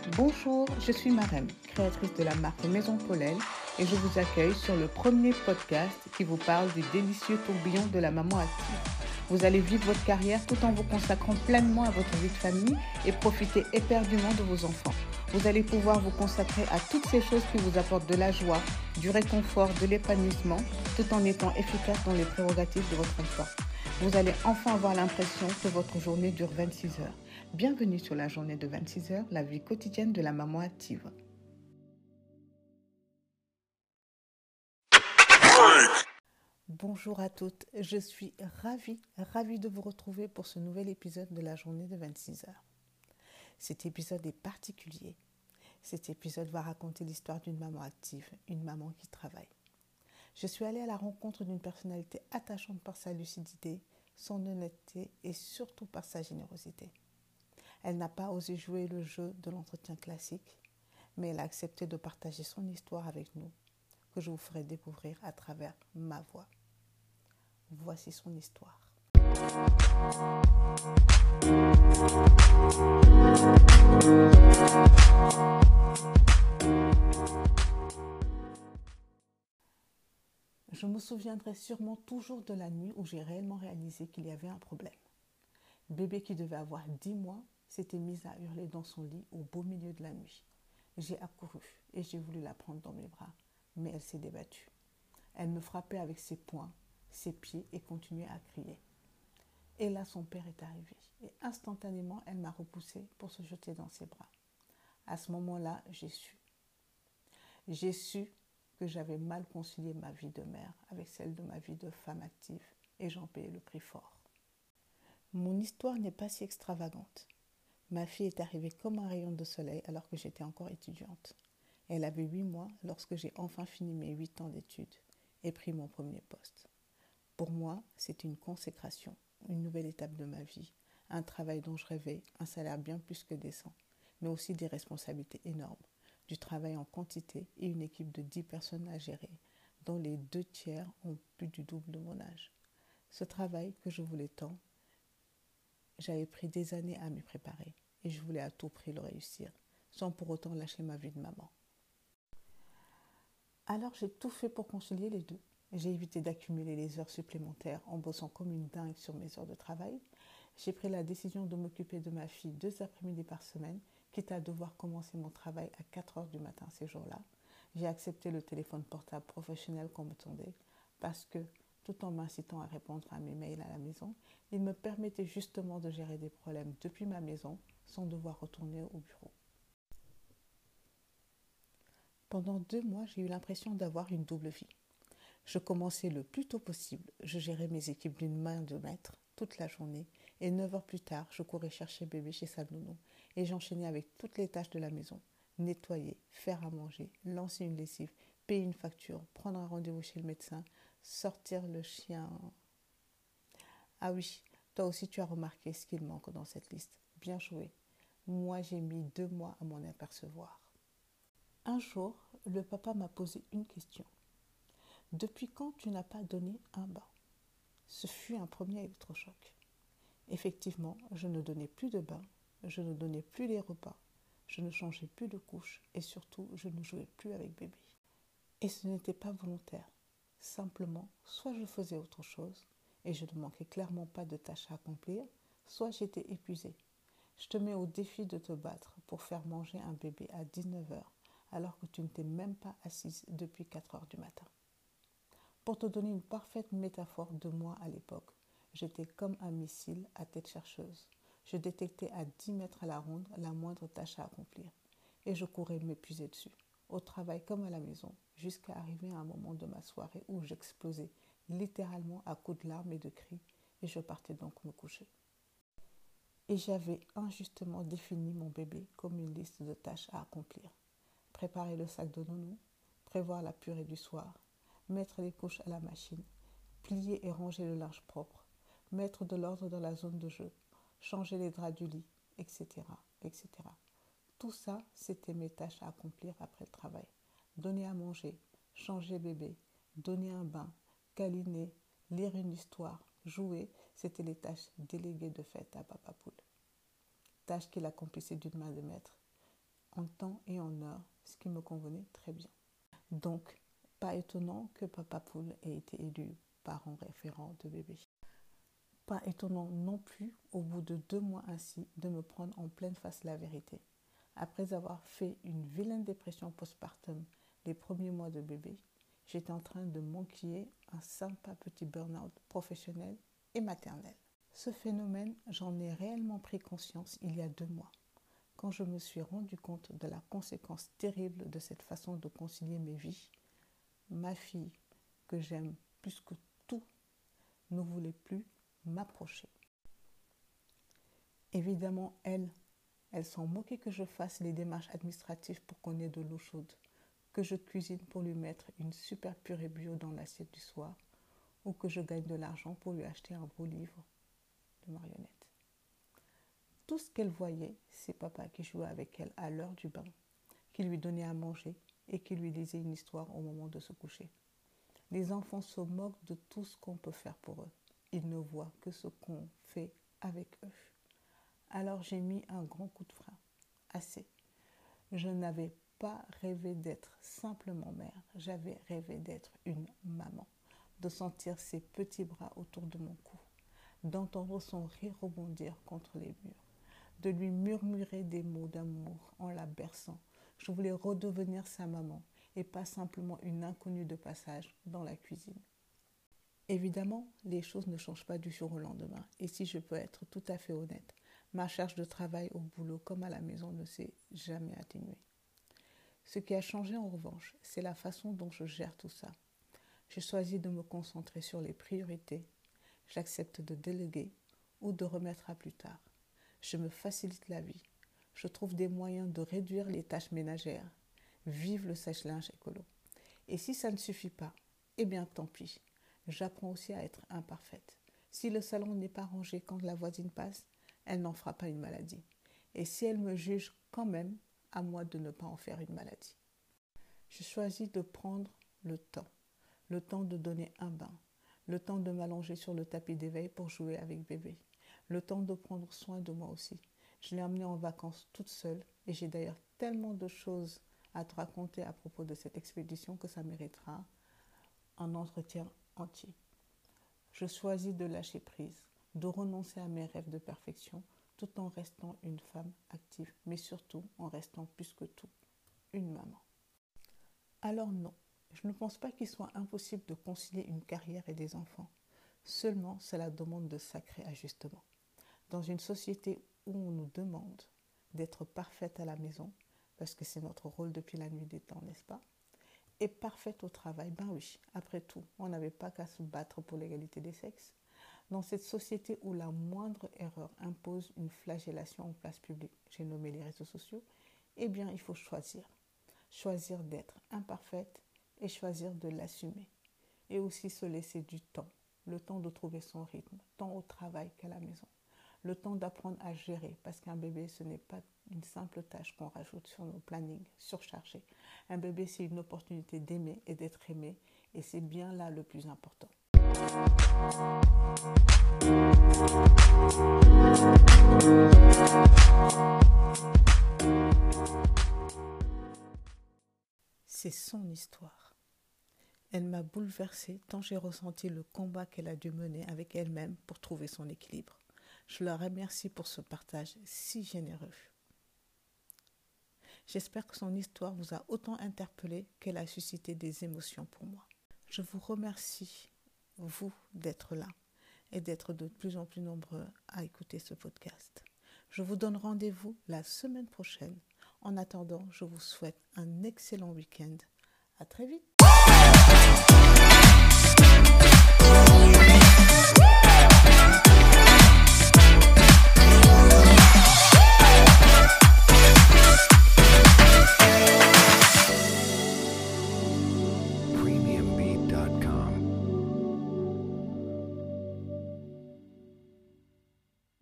Bonjour, je suis Marème, créatrice de la marque Maison Paulelle et je vous accueille sur le premier podcast qui vous parle du délicieux tourbillon de la maman active. Vous allez vivre votre carrière tout en vous consacrant pleinement à votre vie de famille et profiter éperdument de vos enfants. Vous allez pouvoir vous consacrer à toutes ces choses qui vous apportent de la joie, du réconfort, de l'épanouissement, tout en étant efficace dans les prérogatives de votre emploi. Vous allez enfin avoir l'impression que votre journée dure 26 heures. Bienvenue sur la journée de 26 heures, la vie quotidienne de la maman active. Bonjour à toutes, je suis ravie de vous retrouver pour ce nouvel épisode de la journée de 26 heures. Cet épisode est particulier. Cet épisode va raconter l'histoire d'une maman active, une maman qui travaille. Je suis allée à la rencontre d'une personnalité attachante par sa lucidité, son honnêteté et surtout par sa générosité. Elle n'a pas osé jouer le jeu de l'entretien classique, mais elle a accepté de partager son histoire avec nous, que je vous ferai découvrir à travers ma voix. Voici son histoire. Je me souviendrai sûrement toujours de la nuit où j'ai réellement réalisé qu'il y avait un problème. Bébé qui devait avoir 10 mois s'était mise à hurler dans son lit au beau milieu de la nuit. J'ai accouru et j'ai voulu la prendre dans mes bras, mais elle s'est débattue. Elle me frappait avec ses poings, ses pieds et continuait à crier. Et là, son père est arrivé et instantanément, elle m'a repoussée pour se jeter dans ses bras. À ce moment-là, j'ai su. J'ai su que j'avais mal concilié ma vie de mère avec celle de ma vie de femme active et j'en payais le prix fort. Mon histoire n'est pas si extravagante. Ma fille est arrivée comme un rayon de soleil alors que j'étais encore étudiante. Elle avait 8 mois lorsque j'ai enfin fini mes 8 ans d'études et pris mon premier poste. Pour moi, c'était une consécration, une nouvelle étape de ma vie, un travail dont je rêvais, un salaire bien plus que décent, mais aussi des responsabilités énormes, du travail en quantité et une équipe de 10 personnes à gérer, dont les 2 tiers ont plus du double de mon âge. Ce travail que je voulais tant, j'avais pris des années à m'y préparer et je voulais à tout prix le réussir, sans pour autant lâcher ma vie de maman. Alors j'ai tout fait pour concilier les deux. J'ai évité d'accumuler les heures supplémentaires en bossant comme une dingue sur mes heures de travail. J'ai pris la décision de m'occuper de ma fille 2 après-midi par semaine, quitte à devoir commencer mon travail à 4 heures du matin ces jours-là. J'ai accepté le téléphone portable professionnel qu'on me tendait parce que, tout en m'incitant à répondre à mes mails à la maison, il me permettait justement de gérer des problèmes depuis ma maison sans devoir retourner au bureau. Pendant 2 mois, j'ai eu l'impression d'avoir une double vie. Je commençais le plus tôt possible, je gérais mes équipes d'une main de maître toute la journée et 9 heures plus tard, je courais chercher bébé chez sa nounou et j'enchaînais avec toutes les tâches de la maison. Nettoyer, faire à manger, lancer une lessive, payer une facture, prendre un rendez-vous chez le médecin, sortir le chien. Ah oui, toi aussi tu as remarqué ce qu'il manque dans cette liste. Bien joué. Moi j'ai mis 2 mois à m'en apercevoir. Un jour, le papa m'a posé une question. Depuis quand tu n'as pas donné un bain ? Ce fut un premier électrochoc. Effectivement, je ne donnais plus de bain, je ne donnais plus les repas, je ne changeais plus de couche et surtout, je ne jouais plus avec bébé. Et ce n'était pas volontaire. Simplement, soit je faisais autre chose et je ne manquais clairement pas de tâches à accomplir, soit j'étais épuisée. Je te mets au défi de te battre pour faire manger un bébé à 19 heures alors que tu ne t'es même pas assise depuis 4 heures du matin. Pour te donner une parfaite métaphore de moi à l'époque, j'étais comme un missile à tête chercheuse. Je détectais à 10 mètres à la ronde la moindre tâche à accomplir. Et je courais m'épuiser dessus, au travail comme à la maison, jusqu'à arriver à un moment de ma soirée où j'explosais littéralement à coups de larmes et de cris, et je partais donc me coucher. Et j'avais injustement défini mon bébé comme une liste de tâches à accomplir. Préparer le sac de nounou, prévoir la purée du soir, mettre les couches à la machine, plier et ranger le linge propre, mettre de l'ordre dans la zone de jeu, changer les draps du lit, etc., etc. Tout ça, c'était mes tâches à accomplir après le travail. Donner à manger, changer bébé, donner un bain, câliner, lire une histoire, jouer, c'était les tâches déléguées de fait à Papa Poule. Tâches qu'il accomplissait d'une main de maître, en temps et en heure, ce qui me convenait très bien. Donc, pas étonnant que Papa Poule ait été élu parent référent de bébé. Pas étonnant non plus, au bout de 2 mois ainsi, de me prendre en pleine face la vérité. Après avoir fait une vilaine dépression postpartum les premiers mois de bébé, j'étais en train de m'enquiller un sympa petit burn-out professionnel et maternel. Ce phénomène, j'en ai réellement pris conscience il y a 2 mois, quand je me suis rendu compte de la conséquence terrible de cette façon de concilier mes vies. Ma fille, que j'aime plus que tout, ne voulait plus m'approcher. Évidemment, elle s'en moquait que je fasse les démarches administratives pour qu'on ait de l'eau chaude, que je cuisine pour lui mettre une super purée bio dans l'assiette du soir, ou que je gagne de l'argent pour lui acheter un beau livre de marionnettes. Tout ce qu'elle voyait, c'est papa qui jouait avec elle à l'heure du bain, qui lui donnait à manger et qui lui lisait une histoire au moment de se coucher. Les enfants se moquent de tout ce qu'on peut faire pour eux. Ils ne voient que ce qu'on fait avec eux. Alors j'ai mis un grand coup de frein. Assez. Je n'avais pas rêvé d'être simplement mère. J'avais rêvé d'être une maman. De sentir ses petits bras autour de mon cou. D'entendre son rire rebondir contre les murs. De lui murmurer des mots d'amour en la berçant. Je voulais redevenir sa maman et pas simplement une inconnue de passage dans la cuisine. Évidemment, les choses ne changent pas du jour au lendemain. Et si je peux être tout à fait honnête, ma charge de travail au boulot comme à la maison ne s'est jamais atténuée. Ce qui a changé en revanche, c'est la façon dont je gère tout ça. J'ai choisi de me concentrer sur les priorités. J'accepte de déléguer ou de remettre à plus tard. Je me facilite la vie. Je trouve des moyens de réduire les tâches ménagères. Vive le sèche-linge écolo. Et si ça ne suffit pas, eh bien tant pis. J'apprends aussi à être imparfaite. Si le salon n'est pas rangé quand la voisine passe, elle n'en fera pas une maladie. Et si elle me juge quand même, à moi de ne pas en faire une maladie. Je choisis de prendre le temps de donner un bain, le temps de m'allonger sur le tapis d'éveil pour jouer avec bébé, le temps de prendre soin de moi aussi. Je l'ai emmenée en vacances toute seule et j'ai d'ailleurs tellement de choses à te raconter à propos de cette expédition que ça méritera un entretien entier. Je choisis de lâcher prise, de renoncer à mes rêves de perfection, tout en restant une femme active, mais surtout en restant plus que tout, une maman. Alors non, je ne pense pas qu'il soit impossible de concilier une carrière et des enfants. Seulement, cela demande de sacrés ajustements. Dans une société où on nous demande d'être parfaite à la maison, parce que c'est notre rôle depuis la nuit des temps, n'est-ce pas? Et parfaite au travail, ben oui, après tout, on n'avait pas qu'à se battre pour l'égalité des sexes. Dans cette société où la moindre erreur impose une flagellation en place publique, j'ai nommé les réseaux sociaux, eh bien il faut choisir. Choisir d'être imparfaite et choisir de l'assumer. Et aussi se laisser du temps, le temps de trouver son rythme, tant au travail qu'à la maison. Le temps d'apprendre à gérer, parce qu'un bébé, ce n'est pas une simple tâche qu'on rajoute sur nos plannings surchargés. Un bébé, c'est une opportunité d'aimer et d'être aimé, et c'est bien là le plus important. C'est son histoire. Elle m'a bouleversée tant j'ai ressenti le combat qu'elle a dû mener avec elle-même pour trouver son équilibre. Je la remercie pour ce partage si généreux. J'espère que son histoire vous a autant interpellé qu'elle a suscité des émotions pour moi. Je vous remercie, vous, d'être là et d'être de plus en plus nombreux à écouter ce podcast. Je vous donne rendez-vous la semaine prochaine. En attendant, je vous souhaite un excellent week-end. À très vite.